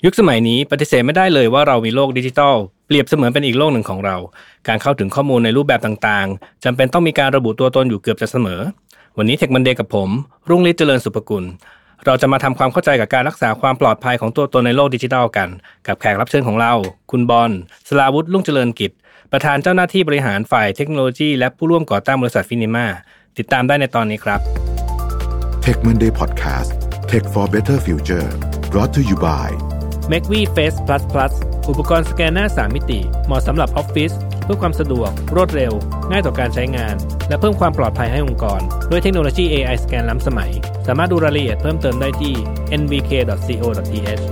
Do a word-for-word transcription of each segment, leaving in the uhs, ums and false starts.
ยุคสมัยนี้ปฏิเสธไม่ได้เลยว่าเรามีโลกดิจิทัลเปรียบเสมือนเป็นอีกโลกหนึ่งของเราการเข้าถึงข้อมูลในรูปแบบต่างๆจำเป็นต้องมีการระบุตัวตนอยู่เกือบจะเสมอวันนี้ Tech Monday กับผมรุ่งฤทธิ์เจริญสุภกุลเราจะมาทำความเข้าใจกับการรักษาความปลอดภัยของตัวตนในโลกดิจิทัลกันกับแขกรับเชิญของเราคุณบอลสราวุฒิรุ่งเจริญกิจประธานเจ้าหน้าที่บริหารฝ่ายเทคโนโลยีและผู้ร่วมก่อตั้งบริษัทฟินิมาติดตามได้ในตอนนี้ครับ Tech Monday Podcast Tech for Better Future brought to you by Macvi Face Plus Plus อุปกรณ์สแกนหน้าสามมิติเหมาะสำหรับออฟฟิศเพื่อความสะดวกรวดเร็วง่ายต่อการใช้งานและเพิ่มความปลอดภัยให้องค์กรด้วยเทคโนโลยี เอ ไอ สแกนล้ำสมัยสามารถดูรายละเอียดเพิ่มเติมได้ที่ เอ็น วี เค ดอท ซี โอ ดอท ที เอช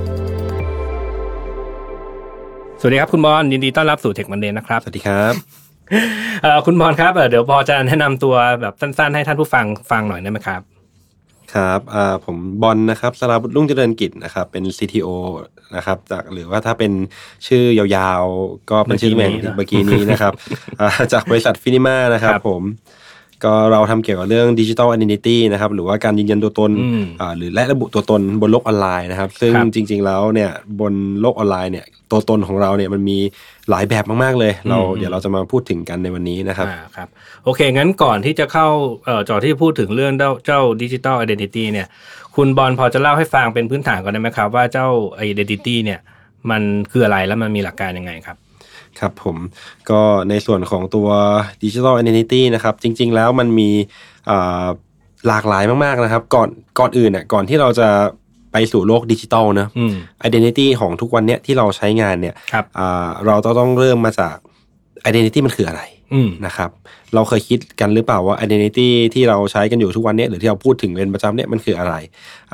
สวัสดีครับคุณบอลยินดีต้อนรับสู่ Tech Monday นะครับสวัสดีครับเอ่อคุณบอลครับเดี๋ยวพอจะแนะนำตัวแบบสั้นๆให้ท่านผู้ฟังฟังหน่อยได้ไหมครับครับอ่าผมบอลนะครับสราวุฒิรุ่งเจริญกิจนะครับเป็น ซี ที โอ นะครับจากหรือว่าถ้าเป็นชื่อยาวๆก็เป็นชื่อแมงเมื่อกี้นี้นะครับจากบริษัทฟินิมานะครับผมก็เราทำเกี่ยวกับเรื่อง Digital Identity นะครับหรือว่าการยืนยันตัวตนอ่าหรือและระบุตัวตนบนโลกออนไลน์นะครับซึ่งจริงๆแล้วเนี่ยบนโลกออนไลน์เนี่ยตัวตนของเราเนี่ยมันมีหลายแบบมากๆเลยเราเดี๋ยวเราจะมาพูดถึงกันในวันนี้นะครับอ่าครับโอเคงั้นก่อนที่จะเข้าเอ่อก่อนที่จะพูดถึงเรื่องเจ้า Digital Identity เนี่ยคุณบอลพอจะเล่าให้ฟังเป็นพื้นฐานก่อนได้ไหมครับว่าเจ้า Identity เนี่ยมันคืออะไรแล้วมันมีหลักการยังไงครับครับผมก็ในส่วนของตัว Digital Identity นะครับจริงๆแล้วมันมีหลากหลายมากๆนะครับก่อนก่อนอื่นน่ะก่อนที่เราจะไปสู่โลกดิจิทัลนะ Identity ของทุกวันเนี้ยที่เราใช้งานเนี่ยเราต้องเริ่มมาจาก Identity มันคืออะไรนะครับเราเคยคิดกันหรือเปล่าว่า Identity ที่เราใช้กันอยู่ทุกวันนี้หรือที่เราพูดถึงเป็นประจำเนี่ยมันคืออะไร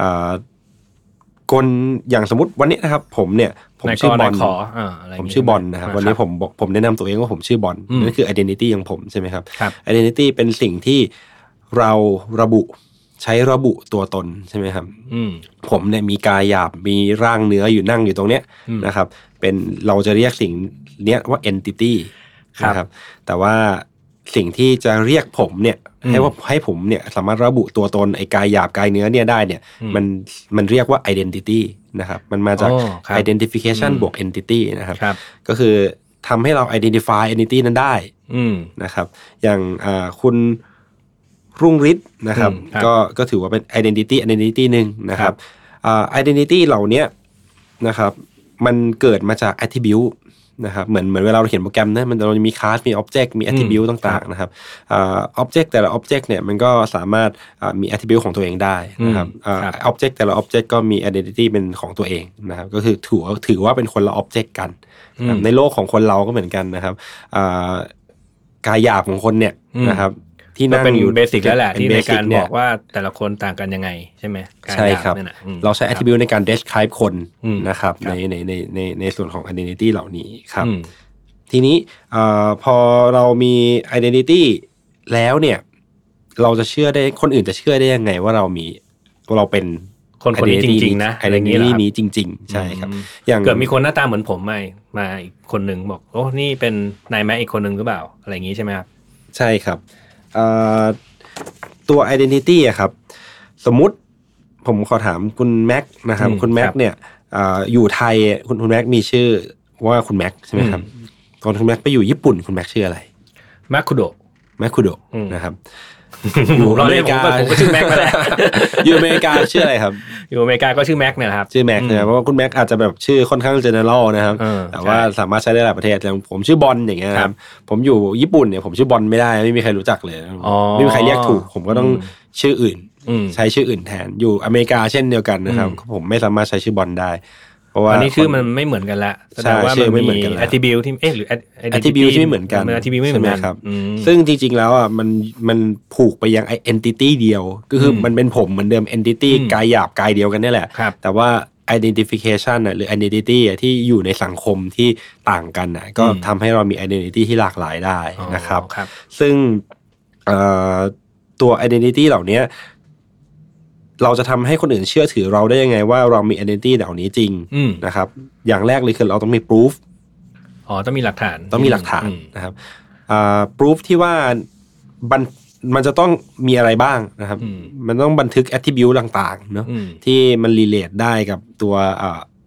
คนอย่างสมมติวันนี้นะครับผมเนี่ยผมชื่อบอลผมชื่อบอลนะครับวันนี้ผมบอกผมแนะนำตัวเองว่าผมชื่อบอลนั่นคือ identity ของผมใช่ไหมครับ identity เป็นสิ่งที่เราระบุใช้ระบุตัวตนใช่ไหมครับผมเนี่ยมีกายหยาบมีร่างเนื้ออยู่นั่งอยู่ตรงเนี้ยนะครับเป็นเราจะเรียกสิ่งเนี้ยว่า entity นะครับแต่ว่าสิ่งที่จะเรียกผมเนี่ยให้ว่าให้ผมเนี่ยสามารถระบุตัวตนไอ้กายหยาบกายเนื้อเนี่ยได้เนี่ยมันมันเรียกว่า identity นะครับมันมาจาก identification บวก entity นะครับก็คือทำให้เรา identify entity นั้นได้นะครับอย่างคุณรุ่งฤทธิ์นะครับก็ก็ถือว่าเป็น identity identity นึงนะครับ identity เหล่านี้นะครับมันเกิดมาจาก attributeนะครับเหมือนเหมือนเวลาเราเขียนโปรแกรมนะมันเราจะมีคลาสมี object มี attribute ต่างๆนะครับอ่า object แต่ละ object เนี่ยมันก็สามารถอ่ามี attribute ของตัวเองได้นะครับอ่า object แต่ละ object ก็มี identity เป็นของตัวเองนะครับก็คือถือถือว่าเป็นคนละ object กันในโลกของคนเราก็เหมือนกันนะครับอ่ากายหยาบของคนเนี่ยนะครับที่นั่งอยู่เบสิกแล้วแหละที่ในการบอกว่าแต่ละคนต่างกันยังไงใช่ไหมใช่ครับเราใช้ attribute ในการ describe คนนะครับในในในในในส่วนของ identity เหล่านี้ครับทีนี้พอเรามี identity แล้วเนี่ยเราจะเชื่อได้คนอื่นจะเชื่อได้ยังไงว่าเรามีเราเป็นคนคนนี้จริงๆนะ identity นี้จริงๆใช่ครับอย่างเกิดมีคนหน้าตาเหมือนผมมามาอีกคนนึงบอกโอ้นี่เป็นนายแม็กอีกคนนึงหรือเปล่าอะไรอย่างงี้ใช่ไหมครับใช่ครับตัว identity อะครับสมมุติผมขอถามคุณแม็กนะครับคุณแม็กเนี่ยอยู่ไทยคุณคุณแม็กมีชื่อว่าคุณแม็กใช่ไหมครับตอนคุณแม็กไปอยู่ญี่ปุ่นคุณแม็กชื่ออะไรแม็กคุโดะแม็กคุโดะนะครับอยู่อเมริกาผมก็ชื่อแม็กนั่นแหละอยู่อเมริกาชื่ออะไรครับอยู่อเมริกาก็ชื่อแม็กเนี่ยครับชื่อแม็กนะครับเพราะว่าคุณแม็กอาจจะแบบชื่อค่อนข้าง general นะครับแต่ว่าสามารถใช้ได้หลายประเทศอย่างผมชื่อบอลอย่างเงี้ยครับผมอยู่ญี่ปุ่นเนี่ยผมชื่อบอลไม่ได้ไม่มีใครรู้จักเลยไม่มีใครเรียกถูกผมก็ต้องชื่ออื่นใช้ชื่ออื่นแทนอยู่อเมริกาเช่นเดียวกันนะครับผมไม่สามารถใช้ชื่อบอลได้เพราะว่าอันนี้ชื่อมันไม่เหมือนกันละแสดงว่ามันมี attribute ที่เอ๊ะหรือ attribute ที่ไม่เหมือนกัน attribute ไม่เหมือนกันครับซึ่งจริงๆแล้วอ่ะมันมันผูกไปยัง entity เดียวก็คือมันเป็นผมเหมือนเดิม entity กายหยาบกายเดียวกันนี่แหละแต่ว่า identification น่ะหรือ identity อ่ะที่อยู่ในสังคมที่ต่างกันน่ะก็ทำให้เรามี identity ที่หลากหลายได้นะครับซึ่งตัว identity เหล่านี้เราจะทำให้คนอื่นเชื่อถือเราได้ยังไงว่าเรามี identity เหล่านี้จริงนะครับอย่างแรกเลยคือเราต้องมี proof อ๋อต้องมีหลักฐานต้องมีหลักฐานนะครับอ่า proof ที่ว่ามันมันจะต้องมีอะไรบ้างนะครับมันต้องบันทึก attribute ต่างๆเนาะที่มัน relate ได้กับตัวอ่า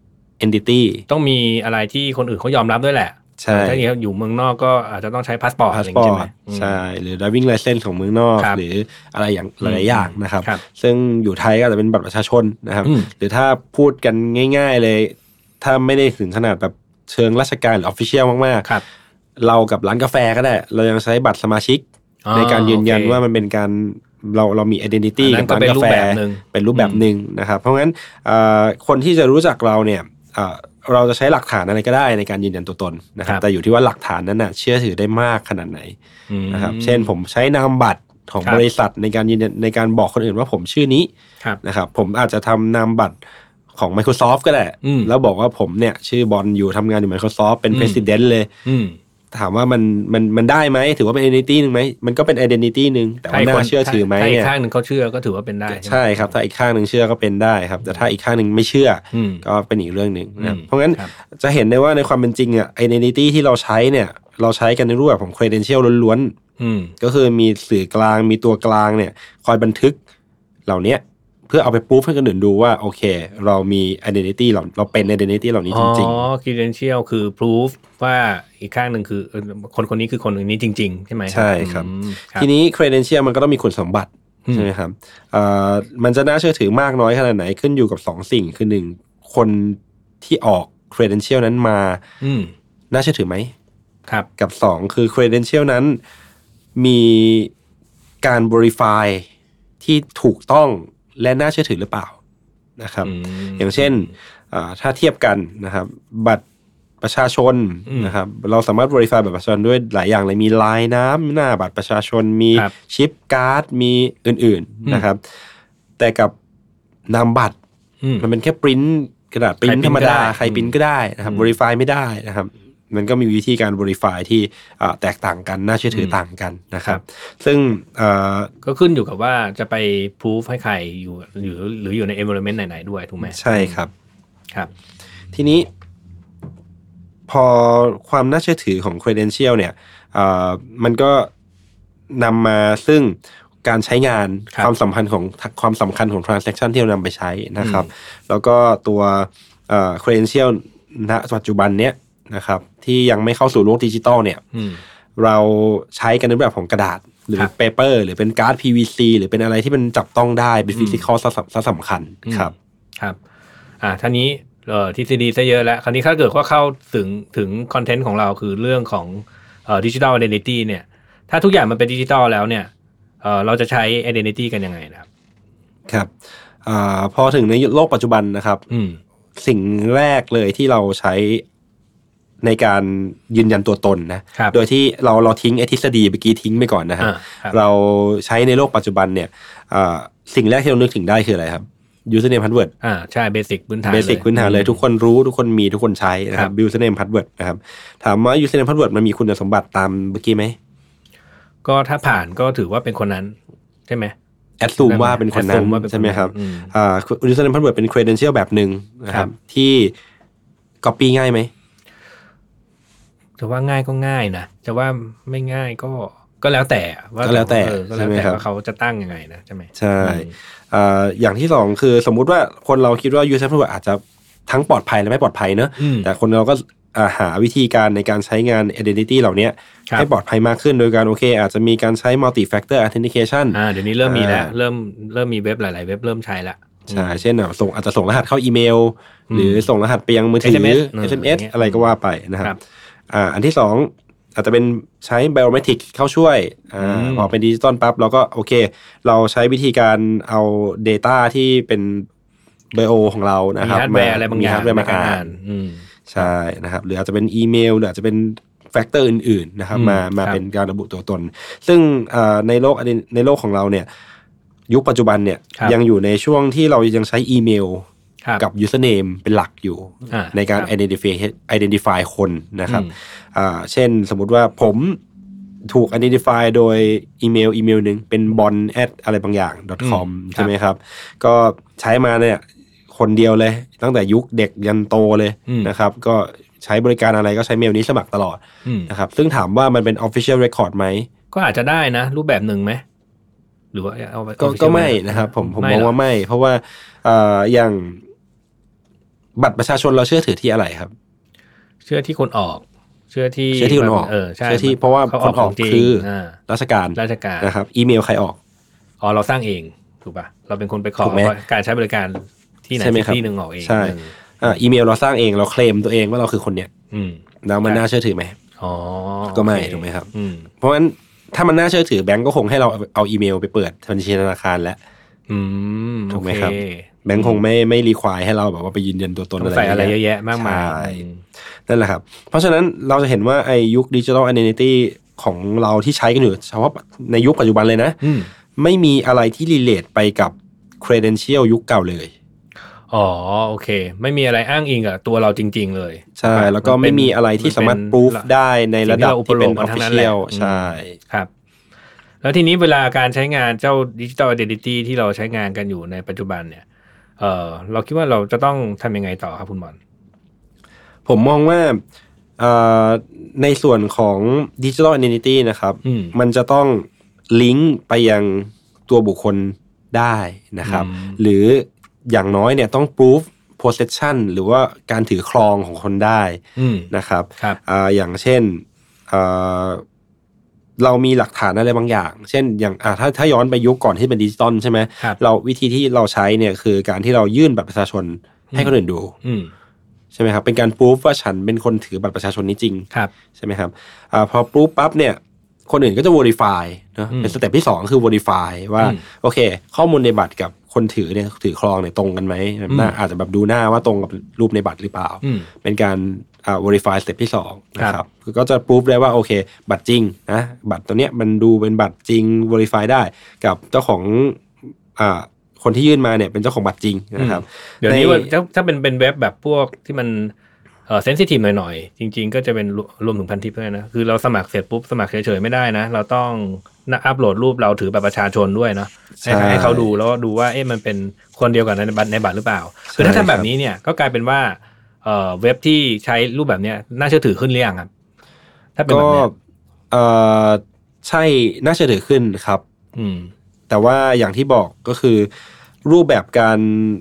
entity ต้องมีอะไรที่คนอื่นเขายอมรับด้วยแหละใช่ถ้าอยู่เมืองนอกก็อาจจะต้องใช้พาสปอร์ตอะไรอย่างเงี้ยใช่ไหมใช่หรือ driving license ของเมืองนอกหรืออะไรอย่างหลายอย่างนะครับซึ่งอยู่ไทยก็อาจจะเป็นบัตรประชาชนนะครับหรือถ้าพูดกันง่ายๆเลยถ้าไม่ได้ถึงขนาดแบบเชิงราชการหรือ official มากๆเรากับร้านกาแฟก็ได้เรายังใช้บัตรสมาชิกในการยืนยันว่ามันเป็นการเราเรามี identity กับร้านกาแฟเป็นรูปแบบหนึ่งนะครับเพราะงั้นคนที่จะรู้จักเราเนี่ยเราจะใช้หลักฐานอะไรก็ได้ในการยืนยันตัวตนนะครับแต่อยู่ที่ว่าหลักฐานนั้นน่ะเชื่อถือได้มากขนาดไหนนะครับเช่นผมใช้นามบัตรของบริษัทในการยืนยันในการบอกคนอื่นว่าผมชื่อนี้นะครับผมอาจจะทำนามบัตรของ Microsoft ก็ได้แล้วบอกว่าผมเนี่ยชื่อบอลอยู่ทำงานอยู่ Microsoft เป็น President เลยถามว่ามันมันมันได้ไหมถือว่าเป็น identity นึงไหมมันก็เป็น identity นึงแต่ว่าน่าเชื่อถือไหมเนี่ยถ้าอีกข้างนึงเขาเชื่อก็ถือว่าเป็นได้ใช่ครับถ้าอีกข้างนึงเชื่อก็เป็นได้ครับแต่ถ้าอีกข้างนึงไม่เชื่อก็เป็นอีกเรื่องนึงนะเพราะงั้นจะเห็นได้ว่าในความเป็นจริงอ่ะ identity ที่เราใช้เนี่ยเราใช้กันในรูปแบบของ credential ล้วนๆก็คือมีสื่อกลางมีตัวกลางเนี่ยคอยบันทึกเหล่านี้เพื่อเอาไปพูฟให้คนอื่นดูว่าโอเคเรามี identity เราเราเป็น identity เหล่านี้จริงๆอ๋อ credential คือ proof ว่าอีกข้างหนึ่งคือคนคนนี้คือคนนี้จริงๆใช่ไหมใช่ครับทีนี้ credential มันก็ต้องมีคุณสมบัติใช่ไหมครับมันจะน่าเชื่อถือมากน้อยขนาดไหนขึ้นอยู่กับสองสิ่งคือหนึ่งคนที่ออก credential นั้นมาน่าเชื่อถือไหมครับกับสองคือ credential นั้นมีการ verify ที่ถูกต้องและน่าเชื่อถือหรือเปล่านะครับอย่างเช่นถ้าเทียบกันนะครับบัตรประชาชนนะครับเราสามารถ verify บัตรประชาชนด้วยหลายอย่างเลยมีลายน้ำหน้าบัตรประชาชนมีชิปการ์ดมีอื่นๆนะครับแต่กับนามบัตรมันเป็นแค่ปริ้นกระดาษปริ้นธรรมดาใครปริ้นก็ได้นะครับ verify ไม่ได้นะครับมันก็มีวิธีการ verify ที่แตกต่างกันน่าเชื่อถือต่างกันนะครับซึ่งก็ขึ้นอยู่กับว่าจะไป proof ให้ใครอยู่หรือหรืออยู่ใน environment ไหนๆด้วยถูกไหมใช่ครับครับทีนี้พอความน่าเชื่อถือของ credential เนี่ยมันก็นำมาซึ่งการใช้งานความสัมพันธ์ของความสำคัญของ transaction ที่เรานำไปใช้นะครับแล้วก็ตัว credential ณปัจจุบันเนี้ยนะครับที่ยังไม่เข้าสู่โลกดิจิตอลเนี่ยเราใช้กันในแบบของกระดาษหรือเปเปอร์หรือเป็นการ์ด พี วี ซี หรือเป็นอะไรที่มันจับต้องได้เป็นฟิสิคอลซะสำคัญครับครับอ่าท่านี้เอ่อทฤษฎีซะเยอะแล้วคราวนี้ถ้าเกิดว่าเข้าถึงถึงคอนเทนต์ของเราคือเรื่องของเอ่อดิจิทัลไอเดนติตี้เนี่ยถ้าทุกอย่างมันเป็นดิจิทัลแล้วเนี่ยเอ่อเราจะใช้ไอเดนติตี้กันยังไงนะครับครับอ่าพอถึงในโลกปัจจุบันนะครับสิ่งแรกเลยที่เราใช้ในการยืนยันตัวตนนะโดยที่เราเราทิ้งไอ้ทฤษฎีเมื่อกี้ทิ้งไปก่อนนะฮะเราใช้ในโลกปัจจุบันเนี่ยสิ่งแรกที่เรานึกถึงได้คืออะไรครับ username password อ่าใช่เบสิกพื้นฐานเบสิกพื้นฐานเลยทุกคนรู้ทุกคนมีทุกคนใช้นะครับ username password นะครับถามว่า username password มันมีคุณสมบัติตามเมื่อกี้ไหมก็ถ้าผ่านก็ถือว่าเป็นคนนั้นใช่ไหมแอดซูมว่าเป็นคนนั้นใช่ไหมครับอ่า username password เป็น credential แบบหนึ่งนะครับที่ copy ง่ายไหมจะว่าง่ายก็ง่ายนะจะว่าไม่ง่ายก็ก็แล้วแต่ว่าก็แล้วแต่ก็แล้วแต่ว่าเขาจะตั้งยังไงนะใช่ไหมใช่อ่าอย่างที่สองคือสมมุติว่าคนเราคิดว่า user password อาจจะทั้งปลอดภัยและไม่ปลอดภัยเนอะแต่คนเราก็หาวิธีการในการใช้งาน identity เหล่านี้ให้ปลอดภัยมากขึ้นโดยการโอเคอาจจะมีการใช้ multi factor authentication อ่าเดี๋ยวนี้เริ่มมีแล้วเริ่มเริ่มมีเว็บหลายๆเว็บเริ่มใช้ละใช่เช่นส่งอาจจะส่งรหัสเข้าอีเมลหรือส่งรหัสไปยังมือถือ เอส เอ็ม เอส อะไรก็ว่าไปนะครับอ่าอันที่สองอาจจะเป็นใช้ biometric เข้าช่วยอ่าพอเป็นดิจิตอลปั๊บเราก็โอเคเราใช้วิธีการเอา data ที่เป็น bio ของเรานะครับมีฮาร์ดแวร์อะไรบางอย่างในการอ่านใช่นะครับหรืออาจจะเป็นอีเมลหรืออาจจะเป็นแฟกเตอร์อื่นๆนะครับมามาเป็นการระบุตัวตนซึ่งในโลกในโลกของเราเนี่ยยุคปัจจุบันเนี่ยยังอยู่ในช่วงที่เรายังใช้อีเมลกับ username เป็นหลักอยู่ในการ identify identify คนนะครับเช่นสมมุติว่าผมถูก identify โดยอีเมลอีเมลหนึ่งเป็น bon at อะไรบางอย่าง .com ใช่ไหมครับก็ใช้มาเนี่ยคนเดียวเลยตั้งแต่ยุคเด็กยันโตเลยนะครับก็ใช้บริการอะไรก็ใช้เมลนี้สมัครตลอดนะครับซึ่งถามว่ามันเป็น official record ไหมก็อาจจะได้นะรูปแบบหนึ่งไหมหรือว่าก็ก็ไม่นะครับผมผมมองว่าไม่เพราะว่าอย่างบัตรประชาชนเราเชื่อถือที่อะไรครับเชื่อที่คนออกเชื่อที่เชื่อที่คนออกเออใช่เชื่อที่เพราะว่าคนออกคือราชการราชการนะครับอีเมลใครออกอ๋อเราสร้างเองถูกป่ะเราเป็นคนไปขอการใช้บริการที่ไหนที่นึงออกเองใช่อ่าอีเมลเราสร้างเองเราเคลมตัวเองว่าเราคือคนเนี้ยแล้วมันน่าเชื่อถือไหมอ๋อก็ไม่ถูกไหมครับเพราะฉะนั้นถ้ามันน่าเชื่อถือแบงก์ก็คงให้เราเอาอีเมลไปเปิดบัญชีธนาคารแล้วถูกไหมครับแบงก์คงไม่ไม่รีควายให้เราแบบว่าไปยืนยันตัวตนอะไรใส่อะไรเยอะแยะมากมายนั่นแหละครับเพราะฉะนั้นเราจะเห็นว่าไอ้ยุค Digital Identity ของเราที่ใช้กันอยู่เฉพาะในยุคปัจจุบันเลยนะไม่มีอะไรที่รีเลทไปกับ credential ยุคเก่าเลยอ๋อโอเคไม่มีอะไรอ้างอิงกับตัวเราจริงๆเลยใช่แล้วก็ไม่มีอะไรที่สามารถ proof ได้ในระดับที่เป็น official ใช่ครับแล้วทีนี้เวลาการใช้งานเจ้า Digital Identity ที่เราใช้งานกันอยู่ในปัจจุบันเนี่ยเออเราคิดว่าเราจะต้องทำยังไงต่อครับคุณบอลผมมองว่าในส่วนของ Digital Identity นะครับมันจะต้องลิงก์ไปยังตัวบุคคลได้นะครับหรืออย่างน้อยเนี่ยต้อง proof possession หรือว่าการถือครองของคนได้นะครับออย่างเช่นเรามีหลักฐานอะไรบางอย่างเช่นอย่างถ้าถ้าย้อนไปยุคก่อนที่เป็นดิจิตอลใช่ไหมเราวิธีที่เราใช้เนี่ยคือการที่เรายื่นบัตรประชาชนให้คนอื่นดูใช่ไหมครับเป็นการ proof ว่าฉันเป็นคนถือบัตรประชาชนนี้จริงใช่ไหมครับอพอ proof ปั๊บเนี่ยคนอื่นก็จะ verify นะเป็นสเต็ปที่สองคือ verify ว่าโอเคข้อมูลในบัตรกับคนถือเนี่ยถือครองเนี่ยตรงกันไหมอาจจะแบบดูหน้าว่าตรงกับรูปในบัตรหรือเปล่าเป็นการอ่า verify สเต็ปที่สองนะครับก็จะ proof ได้ว่าโอเคบัตรจริงนะบัตรตัวเนี้ยมันดูเป็นบัตรจริง verify ได้กับเจ้าของอ่าคนที่ยื่นมาเนี่ยเป็นเจ้าของบัตรจริงนะครับเดี๋ยวนี้ถ้าถ้าเป็นเป็นเว็บแบบพวกที่มันเอ่อเซนซิทีฟหน่อยๆจริงๆก็จะเป็นรวมถึงพันทิปด้วยนะคือเราสมัครเสร็จปุ๊บสมัครเฉยๆไม่ได้นะเราต้องอัปโหลดรูปเราถือบัตรประชาชนด้วยเนาะให้ให้เขาดูแล้วดูว่าเอ๊ะมันเป็นคนเดียวกันในบัตรในบัตรหรือเปล่าคือถ้าทำแบบนี้เนี่ยก็กลายเป็นว่าเอ่อเว็บที่ใช้รูปแบบเนี้ยน่าเชื่อถือขึ้นหรือยังครับถ้าเป็นแบบนี้เอ่อใช่น่าเชื่อถือขึ้นครับอืมแต่ว่าอย่างที่บอกก็คือรูปแบบการ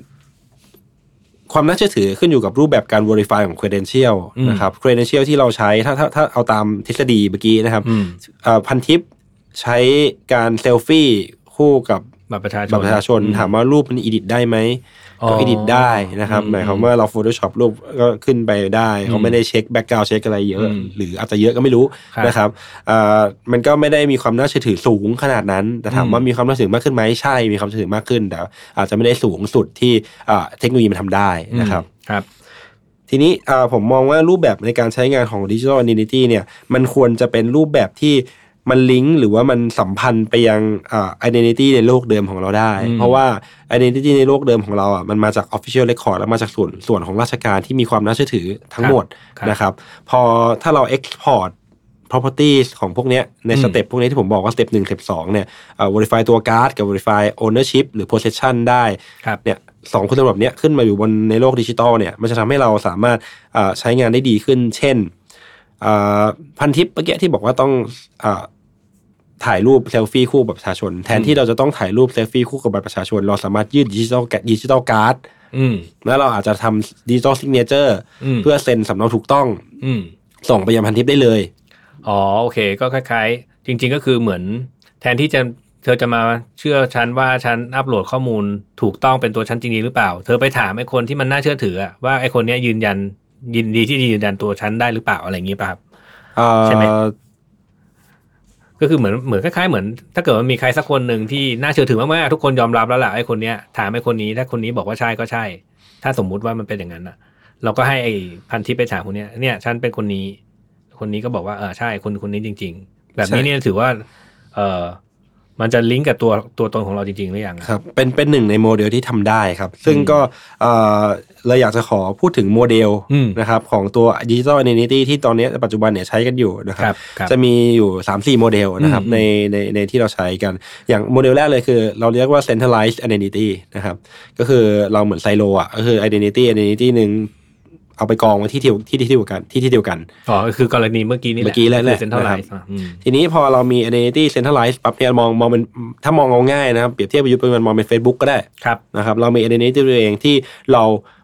ความน่าเชื่อถือขึ้นอยู่กับรูปแบบการ verify ของ credential นะครับ credential ที่เราใช้ถ้าถ้าถ้าเอาตามทฤษฎีเมื่อกี้นะครับพันทิปใช้การเซลฟี่คู่กับบัตรประชาชนบัตรประชาชนถามว่ารูปมัน edit ได้ไหมก็ edit ได้นะครับหมายความว่าเรา Photoshop รูปก็ขึ้นไปได้เขาไม่ได้เช็ค background เช็คอะไรเยอะหรืออาจจะเยอะก็ไม่รู้นะครับมันก็ไม่ได้มีความน่าเชื่อถือสูงขนาดนั้นแต่ถามว่ามีความน่าเชื่อถือมากขึ้นไหมใช่มีความน่าเชื่อถือมากขึ้นแต่อาจจะไม่ได้สูงสุดที่เทคโนโลยีมันทำได้นะครับครับทีนี้ผมมองว่ารูปแบบในการใช้งานของ Digital Identity เนี่ยมันควรจะเป็นรูปแบบที่มันลิงก์หรือว่ามันสัมพันธ์ไปยังอ่า identity ในโลกเดิมของเราได้เพราะว่า identity ในโลกเดิมของเราอ่ะมันมาจาก official record แล้วมาจากส่วนส่วนของราชการที่มีความน่าเชื่อถือทั้งหมดนะครับพอถ้าเรา export property ของพวกเนี้ยในสเต็ปพวกนี้ที่ผมบอกว่าสเต็ปหนึ่งสเต็ปสองเนี่ยอ่า verify ตัว card กับ verify ownership หรือ possession ได้เนี่ยสองคุณสมบัติเนี้ยขึ้นมาอยู่บนในโลกดิจิตอลเนี่ยมันจะทำให้เราสามารถอ่าใช้งานได้ดีขึ้นเช่นพันทิปเมื่อกี้ที่บอกว่าต้องอ่าถ่ายรูปเซลฟี่คู่กับประชาชนแทนที่เราจะต้องถ่ายรูปเซลฟี่คู่กับบัตรประชาชนเราสามารถยื่นดิจิทัลดิจิทัลการ์ดแล้วเราอาจจะทำดิจิทัลซิกเนเจอร์เพื่อเซ็นสำเนาถูกต้องส่งไปยังพันทิปได้เลยอ๋อโอเคก็คล้ายๆจริงๆก็คือเหมือนแทนที่จะเธอจะมาเชื่อฉันว่าฉันอัปโหลดข้อมูลถูกต้องเป็นตัวฉันจริงๆหรือเปล่าเธอไปถามไอ้คนที่มันน่าเชื่อถือว่าไอ้คนนี้ยืนยันยินดีที่ยืนยันตัวฉันได้หรือเปล่าอะไรอย่างนี้ป่ะครับใช่ไหมก็คือเหมือนเหมือนคล้ายๆเหมือนถ้าเกิดว่ามีใครสักคนหนึ่งที่น่าเชื่อถือมากๆทุกคนยอมรับแล้วล่ะไอ้คนเนี้ยถามไอ้คนนี้ถ้าคนนี้บอกว่าใช่ก็ใช่ถ้าสมมุติว่ามันเป็นอย่างนั้นอ่ะเราก็ให้ไอ้พันทิปไปถามคนเนี้ยเนี่ยฉันเป็นคนนี้คนนี้ก็บอกว่าเออใช่คนคนนี้จริงๆแบบนี้เนี่ยถือว่าเออมันจะลิงก์กับตัวตัวตนของเราจริงๆหรือยังครับเป็นเป็นหนึ่งในโมเดลที่ทำได้ครับซึ่งก็เอ่อเราอยากจะขอพูดถึงโมเดลนะครับของตัว Digital Identity ที่ตอนนี้ปัจจุบันเนี่ยใช้กันอยู่นะครับจะมีอยู่ สามสี่ โมเดลนะครับในในในที่เราใช้กันอย่างโมเดลแรกเลยคือเราเรียกว่า Centralized Identity นะครับก็คือเราเหมือนไซโลอ่ะก็คือ Identity Identity นึงเอาไปกองไว้ที่ที่ที่ที่เดียวกันที่ที่เดียวกันอ๋อคือกรณีเมื่อกี้นี่แหละเมื่อกี้แหละนะครับทีนี้พอเรามี identity centralized ปั๊บเนี่ยมองมองเป็นถ้ามองเอาง่ายนะครับเปรียบเทียบประยุกต์เป็นมองเป็น Facebook ก็ได้นะครับเรามี identity ตัวเองที่เรา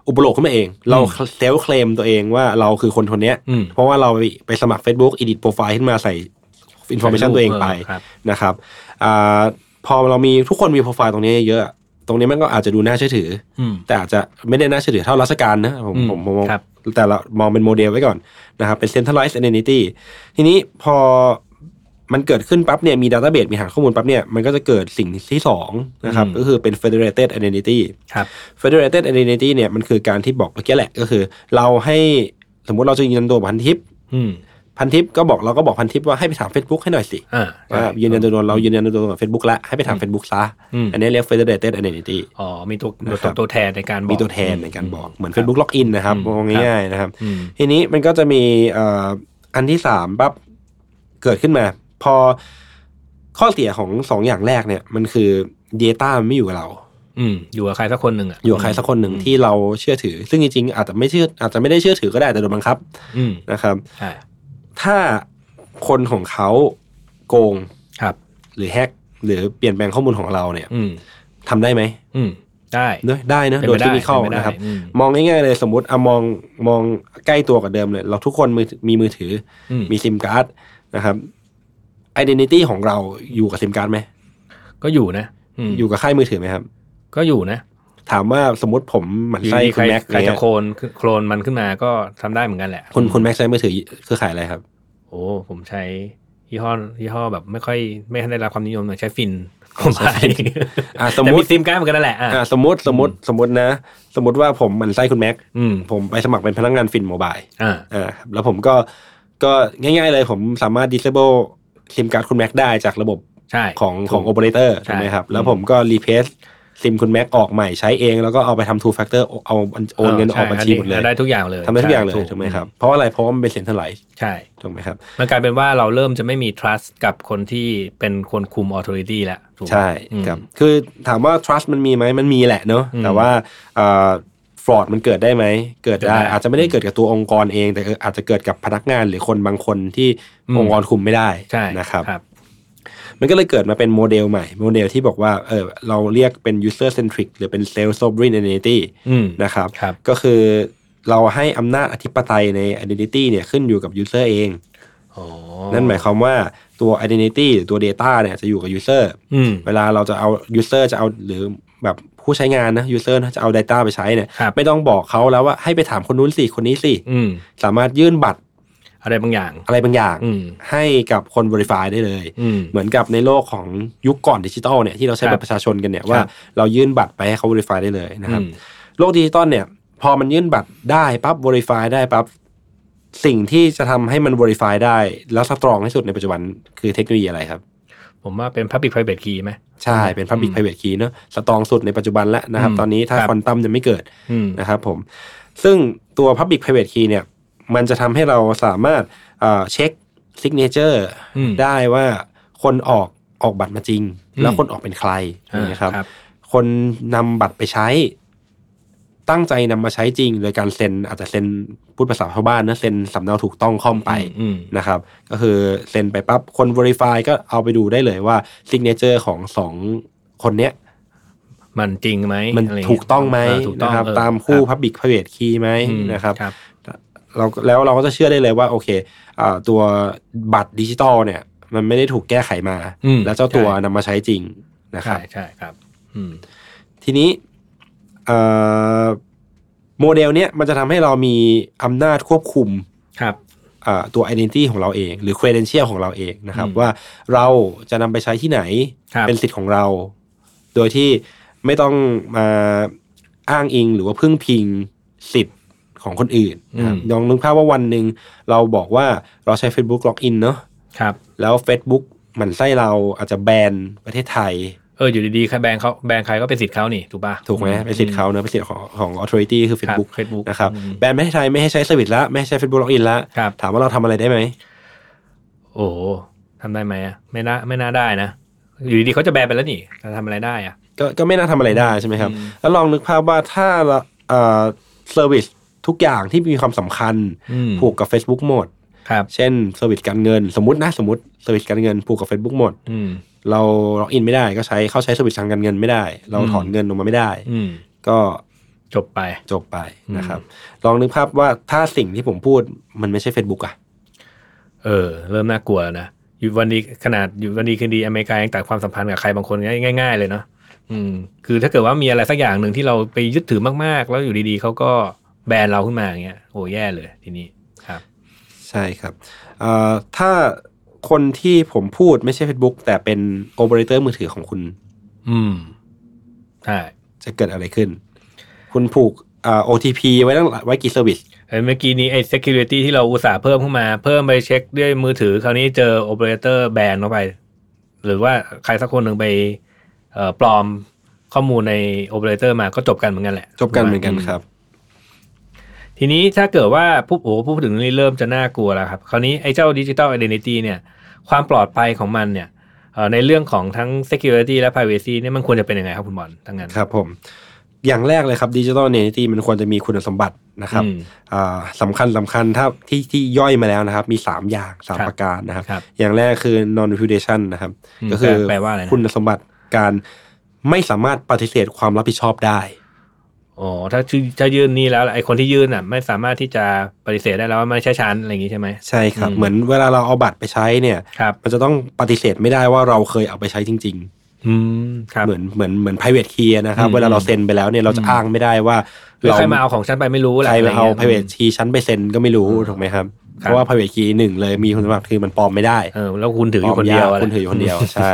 อุปโลกขึ้นมาเองเราเซลฟ์เคลมตัวเองว่าเราคือคนคนนี้เพราะว่าเราไปสมัคร Facebook edit profile ขึ้นมาใส่ information ตัวเองไปนะครับอ่าพอเรามีทุกคนมีโปรไฟล์ตรงนี้เยอะตรงนี้มันก็อาจจะดูน่าเชื่อถือแต่อาจจะไม่ได้น่าเชื่อถือเท่าราชการนะผมผมมองแต่ละมองเป็นโมเดลไว้ก่อนนะครับเป็น centralized identity ทีนี้พอมันเกิดขึ้นปั๊บเนี่ยมีดัตต้าเบสมีฐานข้อมูลปั๊บเนี่ยมันก็จะเกิดสิ่งที่สองนะครับก็คือเป็น federated identity ครับ federated identity เนี่ยมันคือการที่บอกเมื่อกี้แหละก็คือเราให้สมมุติเราจะยืนยันตัวพันทิปพันทิปก็บอกเราก็บอกพันทิปว่าให้ไปถาม Facebook ให้หน่อยสิว่ายืนยันตัวตนเรายืนยันตัวตนกับ Facebook ละให้ไปถาม Facebook ซะอันนี้เรียก federated identity อ๋อมีตัวตัวแทนในการบอกมีตัวแทนในการบอกเหมือน Facebook login นะครับมองง่ายๆนะครับทีนี้มันก็จะมีอันที่สามปั๊บเกิดขึ้นมาพอข้อเสียของสองอย่างแรกเนี่ยมันคือ data มันไม่อยู่กับเราอืมอยู่กับใครสักคนหนึ่งอ่ะอยู่กับใครสักคนหนึ่งที่เราเชื่อถือซึ่งจริงๆอาจจะไม่เชื่ออาจจะไม่ได้เชื่อถือก็ได้แต่โดนบังคับนะครับถ้าคนของเขาโกงครับหรือแฮกหรือเปลี่ยนแปลงข้อมูลของเราเนี่ยทำได้ไหมได้ได้นะโดยที่มีเข้านะครับมองง่ายๆเลยสมมติเอามองมองใกล้ตัวกับเดิมเลยเราทุกคนมือมีมือถือมีซิมการ์ดนะครับidentity ของเราอยู่กับซิมการ์ดไหมก็อยู่นะอยู่กับค่ายมือถือไหมครับก็อยู่นะถามว่าสมมติผมหมั่นไส้คุณแม็กใครจะโคลนโคลนมันขึ้นมาก็ทำได้เหมือนกันแหละคุณคุณแม็กใช้มือถือคือขายอะไรครับโอ้ผมใช้ยี่ห้อยี่ห้อแบบไม่ค่อยไม่ได้รับความนิยมใช้ฟินผมใช้อ่าสมมติซิมการ์ดเหมือนกันนั่นแหละอ่าสมมติสมมติสมมตินะสมมติว่าผมหมั่นไส้คุณแม็กผมไปสมัครเป็นพนักงานฟินโมบายอ่าอ่าแล้วผมก็ก็ง่ายๆเลยผมสามารถ disable ซิมการ์ดคุณแม็กได้จากระบบของของโอเปอเรเตอร์ใช่ไหมครับแล้วผมก็รีเพลซซิมคุณแม็กออกใหม่ใช้เองแล้วก็เอาไปทำ two factor เอาโอนเงินออกบัญชีหมดเลยได้ทุกอย่างเลยทำได้ทุกอย่างเลยถูกไหมครับเพราะอะไรเพราะว่ามันเป็น centralized ใช่ถูกไหมครับมันกลายเป็นว่าเราเริ่มจะไม่มี trust กับคนที่เป็นคนคุม authority แล้วใช่ครับคือถามว่า trust มันมีไหมมันมีแหละเนาะแต่ว่าฟรอดมันเกิดได้ไหมเกิดได้อาจจะไม่ได้เกิดกับตัวองค์กรเองแต่อาจจะเกิดกับพนักงานหรือคนบางคนที่องค์กรคุมไม่ได้นะครับมันก็เลยเกิดมาเป็นโมเดลใหม่โมเดลที่บอกว่าเออเราเรียกเป็น user centric หรือเป็น self sovereign identity นะครับก็คือเราให้อำนาจอธิปไตยใน identity เนี่ยขึ้นอยู่กับ user เองนั่นหมายความว่าตัว identity ตัว data เนี่ยจะอยู่กับ user เวลาเราจะเอา user จะเอาหรือแบบผู้ใช้งานนะ user จะเอา data ไปใช้เนี่ยไม่ต้องบอกเขาแล้วว่าให้ไปถามคนนู้นสิคนนี้สิสามารถยื่นบัตรอะไรบางอย่างอะไรบางอย่างให้กับคน verify ได้เลยเหมือนกับในโลกของยุคก่อนดิจิทัลเนี่ยที่เราใช้บัตรประชาชนกันเนี่ยว่าเรายื่นบัตรไปให้เขา verify ได้เลยนะครับโลกดิจิทัลเนี่ยพอมันยื่นบัตรได้ปั๊บ verify ได้ปั๊บสิ่งที่จะทำให้มัน verify ได้แล้วสตรองที่สุดในปัจจุบันคือเทคโนโลยีอะไรครับผมว่าเป็น public private key ไหมใช่เป็น public private key เนอะสตรองสุดในปัจจุบันแล้วนะครับตอนนี้ถ้าควอนตัมจะไม่เกิดนะครับผมซึ่งตัว public private key เนี่ยมันจะทำให้เราสามารถเช็คซิกเนเจอร์ได้ว่าคนออกออกบัตรมาจริงแล้วคนออกเป็นใครนะครับคนนำบัตรไปใช้ตั้งใจนำมาใช้จริงโดยการเซ็นอาจจะเซ็นพูดภาษาชาวบ้านนะเซ็นสำเนาถูกต้องค่อมไปนะครับก็คือเซ็นไปปั๊บคน verify ก็เอาไปดูได้เลยว่าซิกเนเจอร์ของสองคนเนี้ยมันจริงไหมมันถูกต้องไหมนะครับตามคู่ public private key ไหมนะครับเราแล้วเราก็จะเชื่อได้เลยว่าโอเคอ่าตัวบัตรดิจิตอลเนี่ยมันไม่ได้ถูกแก้ไขมาแล้วเจ้าตัวนำมาใช้จริงนะครับใช่ใช่ครับทีนี้โมเดลเนี้ยมันจะทำให้เรามีอำนาจควบคุมตัว identity ของเราเองหรือ credential ของเราเองนะครับว่าเราจะนำไปใช้ที่ไหนเป็นสิทธิ์ของเราโดยที่ไม่ต้องมาอ้างอิงหรือว่าพึ่งพิงสิทธิ์ของคนอื่นนะครับลองนึกภาพว่าวันหนึ่งเราบอกว่าเราใช้ Facebook login เนาะแล้ว Facebook หมั่นไส้เราอาจจะแบนประเทศไทยเอออยู่ดีๆใครแบนเขาแบนใครก็เป็นสิทธิ์เขานี่ถูกป่ะถูกไหมเป็นสิทธิ์เขาเนอะเป็นสิทธิ์ของของ authority คือ Facebook นะครับแบนประเทศไทยไม่ให้ใช้เซอร์วิสละไม่ให้ใช้ Facebook login ละถามว่าเราทำอะไรได้ไหมโอ้ทำได้ไหมอ่ะไม่น่าไม่น่าได้นะอยู่ดีๆเขาจะแบนไปแล้วนี่จะทำอะไรได้อ่ะก็ก็ไม่น่าทำอะไรได้ใช่ไหมครับแล้วลองนึกภาพว่าถ้าเอ่อเซอร์วิสทุกอย่างที่มีความสำคัญผูกกับ Facebook หมดเช่นเซอร์วิสการเงินสมมุตินะสมมุติเซอร์วิสการเงินผูกกับ Facebook หมดเราล็อกอินไม่ได้ก็ใช้เข้าใช้เซอร์วิสทางการเงินไม่ได้เราถอนเงินออกมาไม่ได้ก็จบไปจบไปนะครับลองนึกภาพว่าถ้าสิ่งที่ผมพูดมันไม่ใช่ Facebook อ่ะเออเริ่มน่ากลัวนะอยู่วันนี้ขนาดอยู่วันนี้คืนดีอเมริกายังตัดความสัมพันธ์กับใครบางคนง่ายๆเลยเนาะอืมคือถ้าเกิดว่ามีอะไรสักอย่างหนึ่งที่เราไปยึดถือมากๆแล้วอยู่ดีๆเขาก็แบนเราขึ้นมาอย่างเงี้ยโอ้แย่เลยทีนี้ครับใช่ครับเอ่อถ้าคนที่ผมพูดไม่ใช่ Facebook แต่เป็นโอเปอเรเตอร์มือถือของคุณอืมใช่จะเกิดอะไรขึ้นคุณผูกอ่า โอ ที พี ไว้ตั้งไว้กี่เซอร์วิสเมื่อกี้นี้ไอ้ security ที่เราอุตส่าห์เพิ่มขึ้นมาเพิ่มไปเช็คด้วยมือถือคราวนี้เจอโอเปอเรเตอร์แบนเข้าไปหรือว่าใครสักคนหนึ่งไปเอ่อปลอมข้อมูลในโอเปอเรเตอร์มาก็จบกันเหมือนกันแหละจบกันเหมือนกันครับทีนี้ถ้าเกิดว่าผู้โอ้ผู้ถึงนี้เริ่มจะน่ากลัวแล้วครับคราวนี้ไอ้เจ้า Digital Identity เนี่ยความปลอดภัยของมันเนี่ยเอ่อในเรื่องของทั้ง security และ privacy เนี่ยมันควรจะเป็นยังไงครับคุณบอลทั้งนั้นครับผมอย่างแรกเลยครับ Digital Identity มันควรจะมีคุณสมบัตินะครับอ่าสำคัญสำคัญถ้าที่ที่ย่อยมาแล้วนะครับมีสามอย่างสามประการนะครับอย่างแรกคือ non repudiation นะครับก็คือคุณสมบัติการไม่สามารถปฏิเสธความรับผิดชอบได้อ๋อถ้าถ้ายื่นนี่แล้วไอ้คนที่ยื่นอ่ะไม่สามารถที่จะปฏิเสธได้แล้วว่าไม่ใช่ฉันอะไรอย่างงี้ใช่ไหมใช่ครับเหมือนเวลาเราเอาบัตรไปใช้เนี่ยมันจะต้องปฏิเสธไม่ได้ว่าเราเคยเอาไปใช้จริงๆอืมครับเหมือนเหมือนเหมือน private key นะครับเวลาเราเซ็นไปแล้วเนี่ยเราจะอ้างไม่ได้ว่าเราใครมาเอาของฉันไปไม่รู้อะไรใครมาเอา private key ฉันไปเซ็นก็ไม่รู้ถูกไหมครับเพราะว่า private key หนึ่งเลยมีคุณสมบัติคือมันปลอมไม่ได้เออแล้วคุณถืออยู่คนเดียวคุณถืออยู่คนเดียวใช่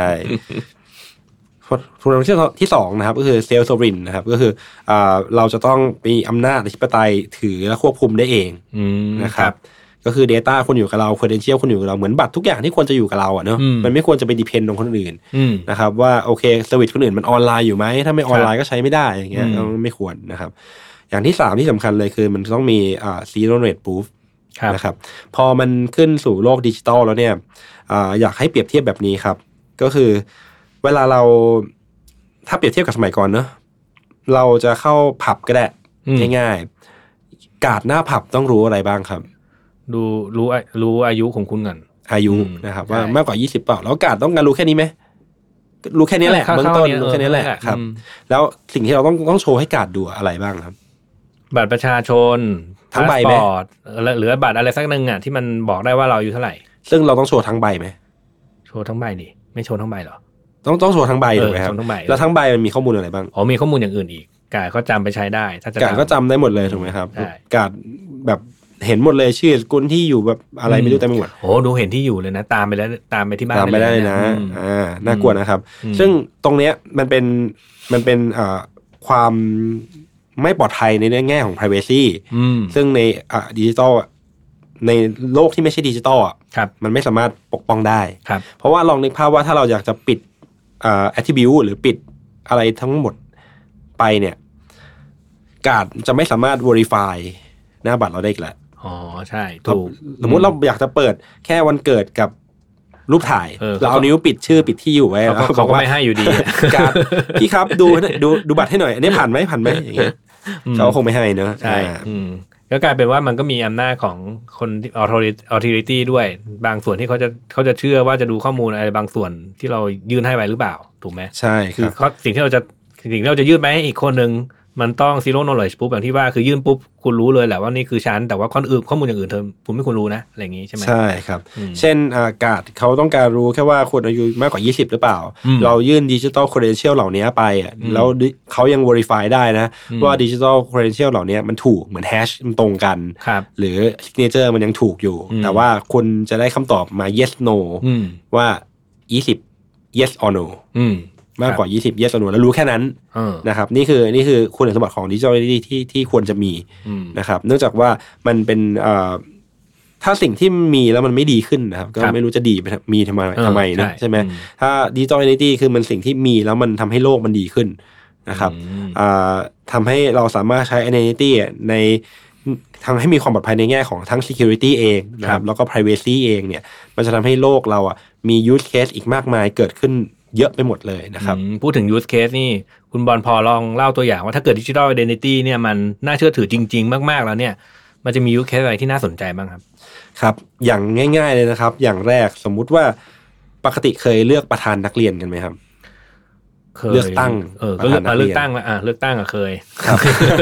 คุณสมบัติที่สองนะครับก็คือ self sovereign นะครับก็คืออ่าเราจะต้องมีอำนาจอธิปไตยถือและควบคุมได้เองนะครับก็คือ data คุณอยู่กับเรา credential คุณอยู่กับเราเหมือนบัตรทุกอย่างที่ควรจะอยู่กับเราอ่ะเนาะมันไม่ควรจะไป depend on คนอื่นนะครับว่าโอเคเซอร์วิสคนอื่นมันออนไลน์อยู่ไหมถ้าไม่ออนไลน์ก็ใช้ไม่ได้อย่างเงี้ยก็ไม่ควรนะครับอย่างที่สามที่สำคัญเลยคือมันต้องมีอ่า zero rate proof นะครับพอมันขึ้นสู่โลกดิจิตอลแล้วเนี่ยอ่าอยากให้เปรียบเทียบแบบนี้ครับก็คือเวลาเราถ้าเปรียบเทียบกับสมัยก่อนเนอะเราจะเข้าผับก็ได้ง่ายๆการ์ดหน้าผับต้องรู้อะไรบ้างครับดูรู้รู้อายุของคุณก่อนอายุนะครับว่ามากกว่ายี่สิบเปล่าแล้วการ์ดต้องการรู้แค่นี้ไหมรู้แค่นี้แหละเบื้องต้นรู้แค่นี้แหละครับแล้วสิ่งที่เราต้องต้องโชว์ให้การ์ดดูอะไรบ้างครับบัตรประชาชนทั้งใบไหมหรือบัตรอะไรสักนึงอ่ะที่มันบอกได้ว่าเราอายุเท่าไหร่ซึ่งเราต้องโชว์ทั้งใบไหมโชว์ทั้งใบดิไม่โชว์ทั้งใบหรอต้องต้องโชว์ทั้งใบถูกไหมครับแล้วทั้งใบมันมีข้อมูลอะไรบ้างอ๋อมีข้อมูลอย่างอื่นอีกการ์ดก็จำไปใช้ได้ถ้าจะการ์ดก็จำได้หมดเลยถูกไหมครับการ์ดแบบเห็นหมดเลยชื่อกุลที่อยู่แบบอะไรไม่รู้แต่ไม่หมดโอ้ดูเห็นที่อยู่เลยนะตามไปแล้วตามไปที่บ้านตามไปได้เลยนะอ่าน่ากลัวนะครับซึ่งตรงเนี้ยมันเป็นมันเป็นอ่าความไม่ปลอดภัยในแง่ของ privacy ซึ่งในอ่าดิจิตอลในโลกที่ไม่ใช่ดิจิตอลอ่ะมันไม่สามารถปกป้องได้เพราะว่าลองนึกภาพว่าถ้าเราอยากจะปิดอ่า attribute หรือปิดอะไรทั้งหมดไปเนี่ยการ์ดจะไม่สามารถ verify หน้าบัตรเราได้อีกแล้วอ๋อใช่ถูกสมมุติเราอยากจะเปิดแค่วันเกิดกับรูปถ่ายเราเอานิ้วปิดชื่อปิดที่อยู่ไว้แล้วเขาก็ไม่ให้อยู่ดีการ์ดพี่ครับดูดูดูบัตรให้หน่อยอันนี้ผ่านไหมผ่านไหมอย่างเงี้ยเขาคงไม่ให้เนอะใช่ก็กลายเป็นว่ามันก็มีอำนาจของคนออโธริตี้ด้วยบางส่วนที่เขาจะเขาจะเชื่อว่าจะดูข้อมูลอะไรบางส่วนที่เรายื่นให้ไปหรือเปล่าถูกไหมใช่คือสิ่งที่เราจะสิ่งที่เราจะยื่นไปให้อีกคนนึงมันต้อง zero knowledge ปุ๊บอย่างที่ว่าคือยื่นปุ๊บคุณรู้เลยแหละว่านี่คือฉันแต่ว่าข้ออื่นข้อมูลอย่างอื่นเธอคุณไม่ควรรู้นะอะไรอย่างงี้ใช่ไหมใช่ครับเช่นอากาศเขาต้องการรู้แค่ว่าคนอายุมากกว่ายี่สิบหรือเปล่าเรายื่น digital credential เหล่านี้ไปแล้วเขายัง verify ได้นะว่า digital credential เหล่านี้มันถูกเหมือน hash มันตรงกันหรือ signature มันยังถูกอยู่แต่ว่าคุณจะได้คำตอบมา yes no ว่ายี่สิบ yes or noมากกว่ายี่สิบ yes or no แล้วรู้แค่นั้นนะครับนี่คือนี่คือคุณสมบัติของ Digital Identity ที่ที่ควรจะมีนะครับเนื่องจากว่ามันเป็นถ้าสิ่งที่มีแล้วมันไม่ดีขึ้นนะครับก็ไม่รู้จะดีไปมีทำไมทำไมนะใช่ไหมถ้า Digital Identity คือมันสิ่งที่มีแล้วมันทำให้โลกมันดีขึ้นนะครับทำให้เราสามารถใช้ Identity ในทำให้มีความปลอดภัยในแง่ของทั้ง security เองนะครับแล้วก็ privacy เองเนี่ยมันจะทำให้โลกเราอ่ะมี use case อีกมากมายเกิดขึ้นเยอะไปหมดเลยนะครับพูดถึง use case นี่คุณบอลพอลองเล่าตัวอย่างว่าถ้าเกิด digital identity เนี่ยมันน่าเชื่อถือจริงๆมากๆแล้วเนี่ยมันจะมี use case อะไรที่น่าสนใจบ้างครับครับอย่างง่ายๆเลยนะครับอย่างแรกสมมุติว่าปกติเคยเลือกประธานนักเรียนกันไหมครับเลือกตั้งเออก็เลือกเลือกตั้งอ่ะเลือกตั้งอ่ะเคยครับ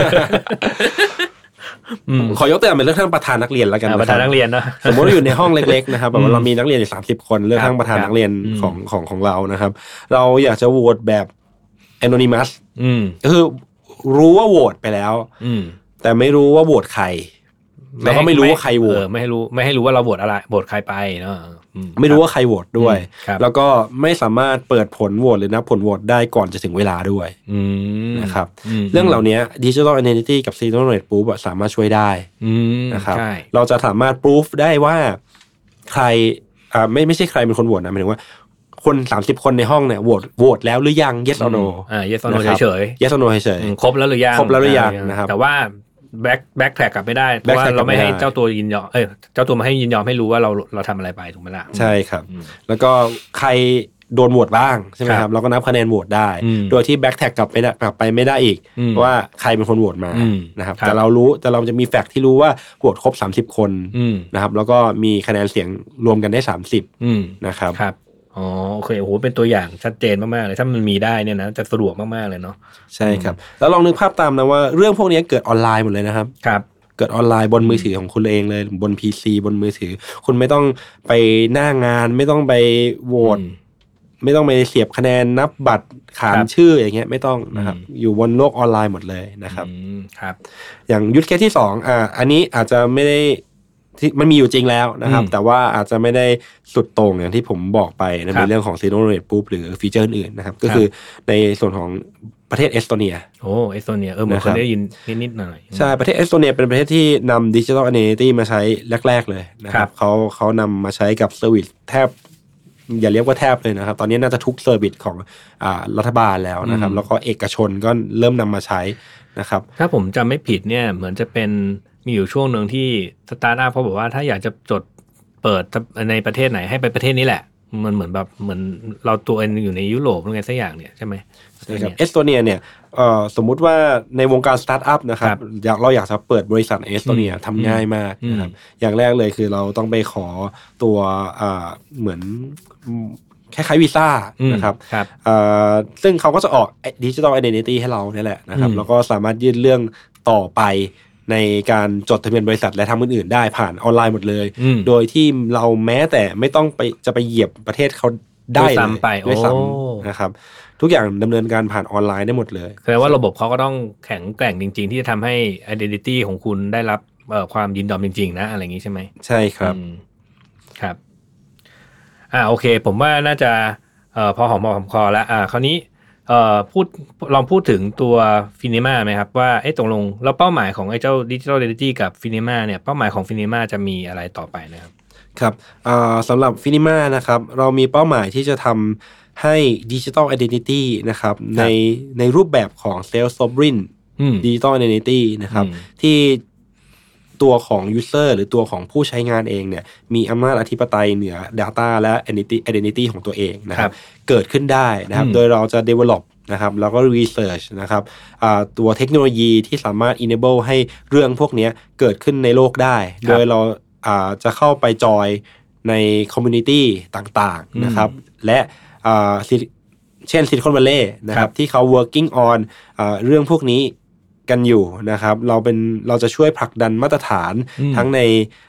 ขอยกตัวอย่างเป็นเลือกตั้งประธานนักเรียนแล้วกันประธานนักเรียนนะสมมติว่าอยู่ในห้องเล็กๆนะครับแบบว่าเรามีนักเรียนอยู่สามสิบคนเลือกตั้งประธานนักเรียนของของของเรานะครับเราอยากจะโหวตแบบ anonymous ก็คือรู้ว่าโหวตไปแล้วแต่ไม่รู้ว่าโหวตใครแล้วก็ไม่รู้ว่าใครโหวตไม่ให้รู้ไม่ให้รู้ว่าเราโหวตอะไรโหวตใครไปเนาะไม่รู้ว่าใครโหวตด้วยแล้วก็ไม่สามารถเปิดผลโหวตหรือนับผลโหวตได้ก่อนจะถึงเวลาด้วยนะครับเรื่องเหล่านี้ Digital Identity กับ Zero Knowledge Proof สามารถช่วยได้นะครับเราจะสามารถ proof ได้ว่าใครอ่าไม่ไม่ใช่ใครเป็นคนโหวตนะหมายถึงว่าคนสามสิบคนในห้องเนี่ยโหวตโหวตแล้วหรือยัง yes or no อ่า yes or no เฉยๆ yes or no เฉยๆครบแล้วหรือยังครบแล้วหรือยังนะครับแต่ว่าแบ็คแบ็คแทร็กกลับไม่ได้เพราะว่าเราไม่ให้เจ้าตัวยินยอมเอ้ยเจ้าตัวมาให้ยินยอมให้รู้ว่าเราเราทำอะไรไปถูกไหมล่ะใช่ครับแล้วก็ใครโดนโหวตบ้างใช่ไหมครับเราก็นับคะแนนโหวตได้โดยที่แบ็คแทร็กกลับไปกลับไปไม่ได้อีกว่าใครเป็นคนโหวตมานะครับแต่เรารู้แต่เราจะมีแฟกต์ที่รู้ว่าโหวตครบสามสิบคนนะครับแล้วก็มีคะแนนเสียงรวมกันได้สามสิบนะครับอ๋อโอเคโอ้โหเป็นตัวอย่างชัดเจนมากๆเลยถ้ามันมีได้เนี่ยนะจะสะดวกมากๆเลยเนาะใช่ครับแล้วลองนึกภาพตามนะว่าเรื่องพวกนี้เกิดออนไลน์หมดเลยนะครับครับเกิดออนไลน์บนมือถือของคุณเองเลยบน พี ซี บนมือถือคุณไม่ต้องไปหน้างานไม่ต้องไปโหวตไม่ต้องไปเสียบคะแนนนับบัตรขานชื่ออย่างเงี้ยไม่ต้องนะครับอยู่บนโลกออนไลน์หมดเลยนะครับครับอย่างยูสเคสที่สองอ่าอันนี้อาจจะไม่ได้ที่มันมีอยู่จริงแล้วนะครับแต่ว่าอาจจะไม่ได้สุดโต่งอย่างที่ผมบอกไปในเรื่องของ Zero Knowledge Proof หรือฟีเจอร์อื่นนะครับก็คือในส่วนของประเทศเอสโตเนียโอ้เอสโตเนียเออเหมือนเคยได้ยินนิดๆหน่อยใช่ประเทศเอสโตเนียเป็นประเทศที่นำ Digital Identity มาใช้แรกๆเลยนะครับเขาเขานำมาใช้กับเซอร์วิสแทบอย่าเรียกว่าแทบเลยนะครับตอนนี้น่าจะทุกเซอร์วิสของอ่ารัฐบาลแล้วนะครับแล้วก็เอกชนก็เริ่มนำมาใช้นะครับถ้าผมจำไม่ผิดเนี่ยเหมือนจะเป็นมีอยู่ช่วงหนึ่งที่สตาร์ทอัพเขาบอกว่าถ้าอยากจะจดเปิดในประเทศไหนให้ไปประเทศนี้แหละมันเหมือนแบบเหมือนเราตัวเองอยู่ในยุโรปหรือไงสักอย่างเนี่ยใช่ไหมใช่ครับเอสโตเนียเนี่ยเอ่อสมมุติว่าในวงการสตาร์ทอัพนะครับอยากเราอยากจะเปิดบริษัทเอสโตเนียทำง่ายมากนะครับอย่างแรกเลยคือเราต้องไปขอตัวอ่าเหมือนคล้ายๆวีซ่านะครับซึ่งเขาก็จะออก Digital Identity ให้เราเนี่ยแหละนะครับแล้วก็สามารถยื่นเรื่องต่อไปในการจดทะเบียนบริษัทและทำอื่นๆได้ผ่านออนไลน์หมดเลยโดยที่เราแม้แต่ไม่ต้องไปจะไปเหยียบประเทศเขาได้เลยด้วยซ้ำนะครับทุกอย่างดำเนินการผ่านออนไลน์ได้หมดเลยแสดงว่าระบบเขาก็ต้องแข็งแกร่งจริงๆที่จะทำให้ identity ของคุณได้รับความยินยอมจริงๆนะอะไรอย่างนี้ใช่ไหมใช่ครับครับอ่าโอเคผมว่าน่าจะเอ่อพอหอมปากหอมคอแล้วอ่าคราวนี้เอ่อพูดลองพูดถึงตัวฟินิม่าไหมครับว่าเอ๊ะตกลงแล้วเป้าหมายของไอ้เจ้า Digital Identity กับฟินิม่าเนี่ยเป้าหมายของฟินิม่าจะมีอะไรต่อไปนะครับครับอ่าสำหรับฟินิม่านะครับเรามีเป้าหมายที่จะทำให้ Digital Identity นะครับในในรูปแบบของ Self Sovereign Digital Identity นะครับที่ตัวของ user หรือตัวของผู้ใช้งานเองเนี่ยมีอำนาจอธิปไตยเหนือ data และ identity ของตัวเองนะครับเกิดขึ้นได้นะครับโดยเราจะ develop นะครับแล้วก็ research นะครับตัวเทคโนโลยีที่สามารถ enable ให้เรื่องพวกนี้เกิดขึ้นในโลกได้โดยเราจะเข้าไปจอยใน community ต่างๆนะครับและเช่น Silicon Valley นะครับที่เขา working on เรื่องพวกนี้กันอยู่นะครับเราเป็นเราจะช่วยผลักดันมาตรฐานทั้งใน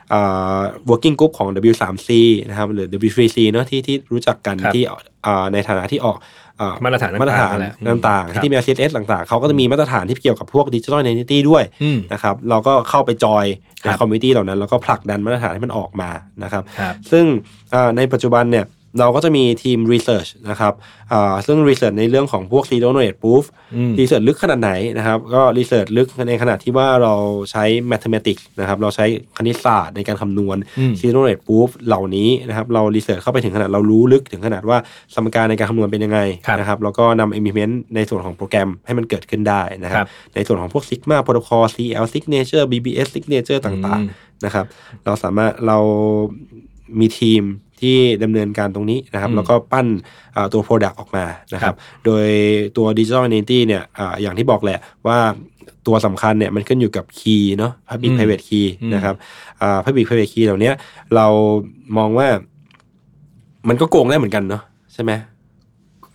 working group ของ ดับเบิลยู ทรี ซี นะครับหรือ ดับเบิลยู ทรี ซี เนาะที่ที่รู้จักกันที่ในฐานะที่ออกมาตรฐานมาตรฐานต่างๆที่มี ซี เอส เอส ต่างๆเขาก็จะมีมาตรฐานที่เกี่ยวกับพวก Digital Identity ด้วยนะครับเราก็เข้าไปจอยในคอมมูนิตี้เหล่านั้นแล้วก็ผลักดันมาตรฐานให้มันออกมานะครับซึ่งในปัจจุบันเนี่ยเราก็จะมีทีม research นะครับซึ่ง research ในเรื่องของพวก Zero Knowledge Proof research ลึกขนาดไหนนะครับก็ research ลึกในขนาดที่ว่าเราใช้ mathematics นะครับเราใช้คณิตศาสตร์ในการคำนวณ Zero Knowledge Proof เหล่านี้นะครับเรา research เข้าไปถึงขนาดเรารู้ลึกถึงขนาดว่าสมการในการคำนวณเป็นยังไงนะครับแล้วก็นำ implement ในส่วนของโปรแกรมให้มันเกิดขึ้นได้นะครับในส่วนของพวก Sigma Protocol ซี แอล Signature บี บี เอส Signature ต่างๆนะครับเราสามารถเรามีทีมที่ดำเนินการตรงนี้นะครับแล้วก็ปั้นตัว product ออกมานะครับโดยตัว Digital Identity เนี่ย อ, อย่างที่บอกแหละว่าตัวสำคัญเนี่ยมันขึ้นอยู่กับ key เนาะ Public Private Key นะครับ Public Private Key เหล่านี้เรามองว่ามันก็โกงได้เหมือนกันเนาะใช่ไหม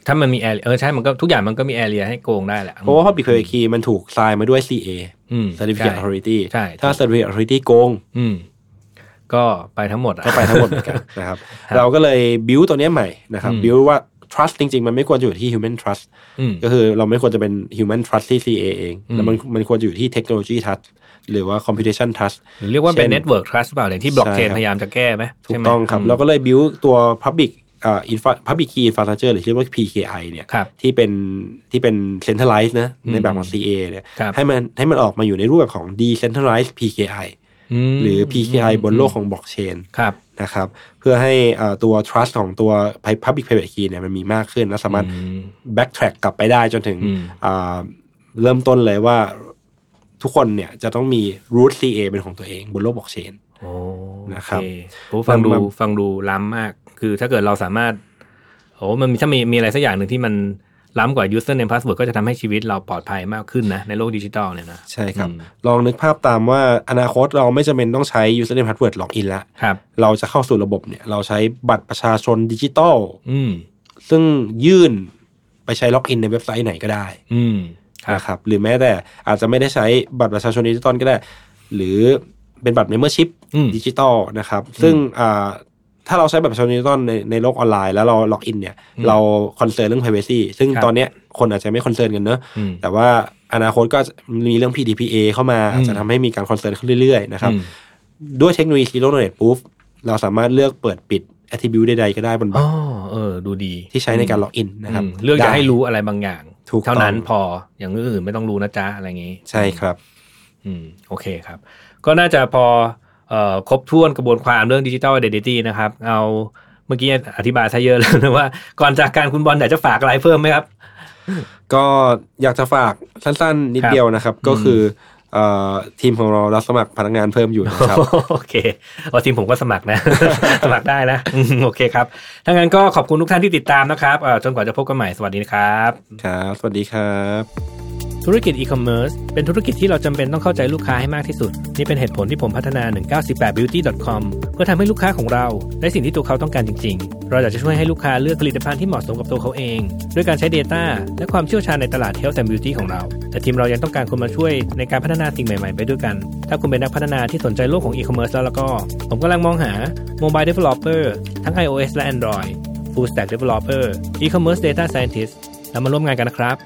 ถ้ามันมีแอเรียเออใช่มันก็ทุกอย่างมันก็มีแอเรียให้โกงได้แหละเพราะว่า Public Private Key มันถูกทรายมาด้วย ซี เอ อืม Certificate Authority ใช่ถ้า Certificate Authority โกงอืมก็ไปทั้งหมดก็ไปทั้งหมดเหมือนกันนะครับเราก็เลย build ตัวนี้ใหม่นะครับ build ว่า trust จริงๆมันไม่ควรจะอยู่ที่ human trust ก็คือเราไม่ควรจะเป็น human trust ที่ ซี เอ เองแล้วมันมันควรจะอยู่ที่ technology trust หรือว่า computation trust หรือเรียกว่าเป็น network trust เปล่าอย่างที่ blockchain พยายามจะแก้ไหมถูกต้องครับเราก็เลย build ตัว public อ่า public key infrastructure หรือเรียกว่า พี เค ไอ เนี่ยที่เป็นที่เป็น centralized นะในแบบของ ซี เอ เนี่ยให้มันให้มันออกมาอยู่ในรูปแบบของ decentralized พี เค ไอ หรือ พี เค ไอ บนโลกของ blockchain นะครับเพื่อให้ตัว trust ของตัว public private key เนี่ยมันมีมากขึ้นและสามารถ backtrack กลับไปได้จนถึงเริ่มต้นเลยว่าทุกคนเนี่ยจะต้องมี root ซี เอ เป็นของตัวเองบนโลก blockchain โอ้นะครับฟังดูฟังดูล้ำมากคือถ้าเกิดเราสามารถโอ้มันมีถ้ามีมีอะไรสักอย่างหนึ่งที่มันล้ำกว่า username password ก็จะทำให้ชีวิตเราปลอดภัยมากขึ้นนะในโลกดิจิทัลเนี่ยนะใช่ครับลองนึกภาพตามว่าอนาคตเราไม่จำเป็นต้องใช้ username password login แล้วเราจะเข้าสู่ระบบเนี่ยเราใช้บัตรประชาชนดิจิทัลซึ่งยื่นไปใช้ล็อกอินในเว็บไซต์ไหนก็ได้นะครับหรือแม้แต่อาจจะไม่ได้ใช้บัตรประชาชนดิจิทัลก็ได้หรือเป็นบัตร membership ดิจิทัลนะครับซึ่งถ้าเราใช้บัตรประชาชนดิจิทัลในในโลกออนไลน์แล้วเราล็อกอินเนี่ยเราคอนเซิร์นเรื่อง privacy ซึ่งตอนนี้คนอาจจะไม่คอนเซิร์นกันเนอะแต่ว่าอนาคตก็มีเรื่อง พี ดี พี เอ เข้ามาอาจจะทำให้มีการคอนเซิร์นขึ้นเรื่อยๆนะครับด้วยเทคโนโลยี Zero Knowledge Proof เราสามารถเลือกเปิดปิด attribute ใดๆก็ได้บนบัตรอ๋อเออดูดีที่ใช้ในการล็อกอินนะครับเลือกจะให้รู้อะไรบางอย่างเท่านั้นพออย่างอื่นไม่ต้องรู้นะจ๊ะอะไรอย่างงี้ใช่ครับอืมโอเคครับก็น่าจะพอเอ่อครบถ้วนกระบวนความเรื่อง Digital Identity นะครับเอาเมื่อกี้อธิบายซะเยอะแล้วนะว่าก่อนจากการคุณบอลอยากจะฝากอะไรเพิ่มไหมครับก็อยากจะฝากสั้นๆนิดเดียวนะครับก็คือเอ่อทีมของเรารับสมัครพนักงานเพิ่มอยู่นะครับโอเคเอาทีมผมก็สมัครนะ สมัครได้นะโอเคครับถ้างั้นก็ขอบคุณทุกท่านที่ติดตามนะครับเอ่อจนกว่าจะพบกันใหม่สวัสดีครับครับสวัสดีครับธุรกิจอีคอมเมิร์ซเป็นธุรกิจที่เราจำเป็นต้องเข้าใจลูกค้าให้มากที่สุดนี่เป็นเหตุผลที่ผมพัฒนาหนึ่งเก้าสี่แปด บิวตี้ ดอท คอม เพื่อทำให้ลูกค้าของเราได้สิ่งที่ตัวเขาต้องการจริงๆเราอยากจะช่วยให้ลูกค้าเลือกผลิตภัณฑ์ที่เหมาะสมกับตัวเขาเองด้วยการใช้ data และความเชี่ยวชาญในตลาด Health and Beauty ของเราแต่ทีมเรายังต้องการคนมาช่วยในการพัฒนาสิ่งใหม่ๆไปด้วยกันถ้าคุณเป็นนักพัฒนาที่สนใจโลกของอีคอมเมิร์ซแล้วก็ผมกำลังมองหา Mobile Developer ทั้ง iOS และ Android Full Stack Developer E-commerce Data Scientist แล้วมาร่วมงานกันนะครับ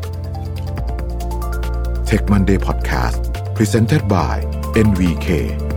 Tech Monday Podcast Presented by เอ็น วี เค